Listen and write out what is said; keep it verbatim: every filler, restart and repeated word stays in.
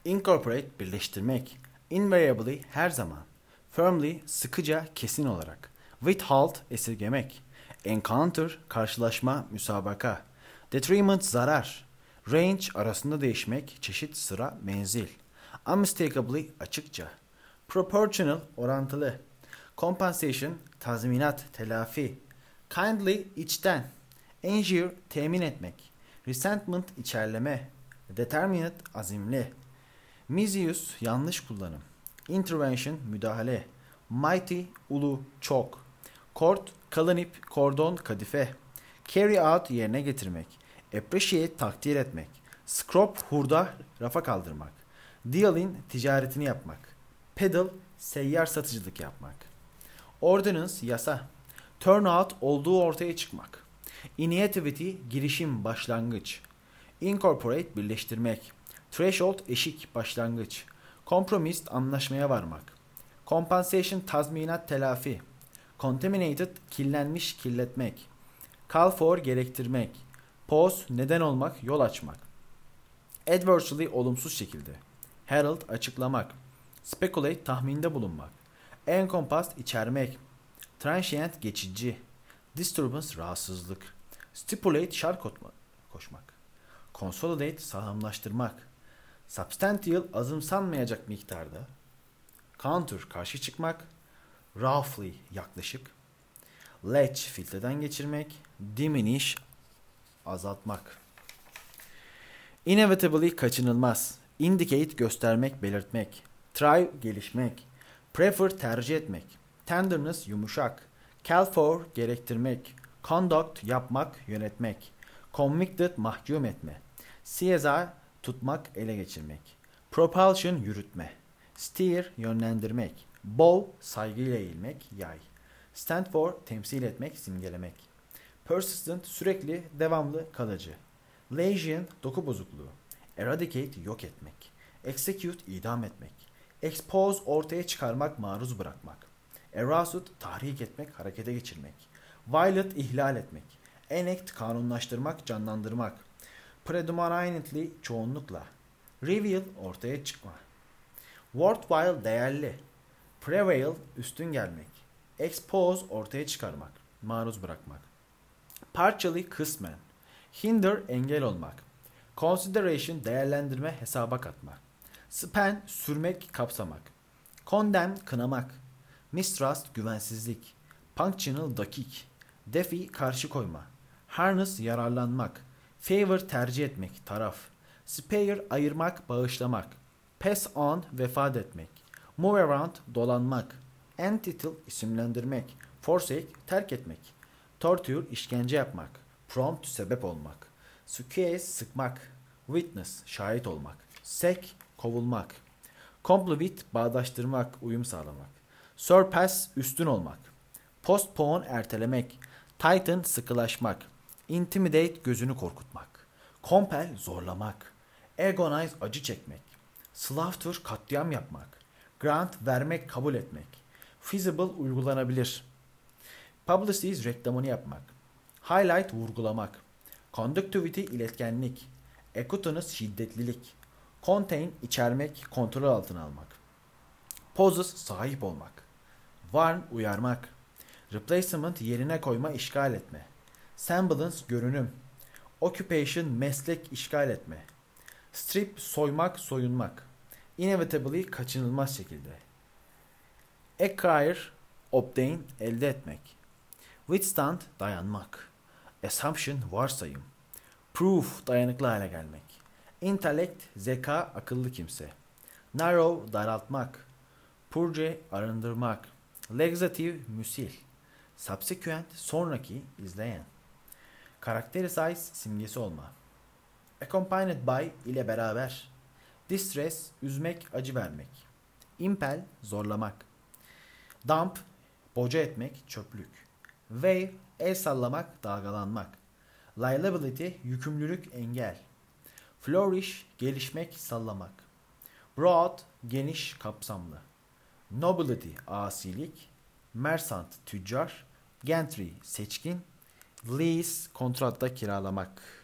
Incorporate birleştirmek. Invariably her zaman. Firmly sıkıca kesin olarak. Withhold esirgemek. Encounter karşılaşma müsabaka. Detriment zarar. Range arasında değişmek çeşit sıra menzil. Unmistakably açıkça. Proportional orantılı. Compensation tazminat telafi. Kindly içten. Ensure temin etmek. Resentment içerleme. Determinate azimli. Misuse yanlış kullanım. Intervention müdahale. Mighty ulu çok. Cord kalın ip kordon kadife. Carry out yerine getirmek. Appreciate takdir etmek. Scrop hurda rafa kaldırmak. Deal ticaretini yapmak. Peddle seyyar satıcılık yapmak. Ordinance yasa. Turn out olduğu ortaya çıkmak. Initiativity girişim başlangıç. Incorporate birleştirmek. Threshold eşik başlangıç. Compromised anlaşmaya varmak. Compensation tazminat telafi. Contaminated kirlenmiş kirletmek. Call for gerektirmek. Pause neden olmak yol açmak. Adversely olumsuz şekilde. Herald açıklamak. Speculate tahminde bulunmak. Encompassed içermek. Transient geçici. Disturbance rahatsızlık. Stipulate şart koşmak. Consolidate sağlamlaştırmak. Substantial azımsanmayacak miktarda. Counter karşı çıkmak. Roughly yaklaşık. Latch filtreden geçirmek. Diminish azaltmak. Inevitably kaçınılmaz. Indicate göstermek belirtmek. Thrive gelişmek. Prefer tercih etmek. Tenderness yumuşak. Call for gerektirmek. Conduct yapmak yönetmek. Convicted mahkum etme. Seize tutmak ele geçirmek. Propulsion yürütme. Steer yönlendirmek. Bow saygıyla eğilmek yay. Stand for temsil etmek simgelemek. Persistent sürekli devamlı kalıcı. Lesion doku bozukluğu. Eradicate yok etmek. Execute idam etmek. Expose ortaya çıkarmak maruz bırakmak. Aroused tahrik etmek harekete geçirmek. Violate ihlal etmek. Enact kanunlaştırmak canlandırmak. Predominantly çoğunlukla. Reveal ortaya çıkma. Worthwhile değerli. Prevail üstün gelmek. Expose ortaya çıkarmak. Maruz bırakmak. Partially kısmen. Hinder engel olmak. Consideration değerlendirme hesaba katmak. Span sürmek kapsamak. Condemn kınamak. Mistrust güvensizlik. Punctional dakik. Defy karşı koyma. Harness yararlanmak. Favor tercih etmek taraf. Spare ayırmak bağışlamak. Pass on vefat etmek. Move around dolanmak. Entitle isimlendirmek. Forsake terk etmek. Torture işkence yapmak. Prompt sebep olmak. Squeeze sıkmak. Witness şahit olmak. Sec kovulmak. Complete bağdaştırmak, uyum sağlamak. Surpass üstün olmak. Postpone ertelemek. Tighten sıkılaşmak. Intimidate gözünü korkutmak. Compel zorlamak. Agonize acı çekmek. Slaughter katliam yapmak. Grant vermek kabul etmek. Feasible uygulanabilir. Publicize reklamını yapmak. Highlight vurgulamak. Conductivity iletkenlik. Acuteness şiddetlilik. Contain içermek, kontrol altına almak. Possess sahip olmak. Warn uyarmak. Replacement yerine koyma, işgal etme. Semblance görünüm. Occupation meslek, işgal etme. Strip soymak, soyunmak. Inevitably kaçınılmaz şekilde. Acquire obtain elde etmek. Withstand dayanmak. Assumption varsayım. Proof dayanıklı hale gelmek. Intellect zeka, akıllı kimse. Narrow daraltmak. Purge arındırmak. Laxative müsil. Subsequent sonraki, izleyen. Characterize simgesi olma. Accompanied by ile beraber. Distress üzmek, acı vermek. Impel zorlamak. Dump boca etmek, çöplük. Wave el sallamak, dalgalanmak. Liability yükümlülük, engel. Flourish gelişmek, sallamak. Broad geniş, kapsamlı. Nobility asilik. Merchant tüccar. Gentry seçkin. Lease kontratta kiralamak.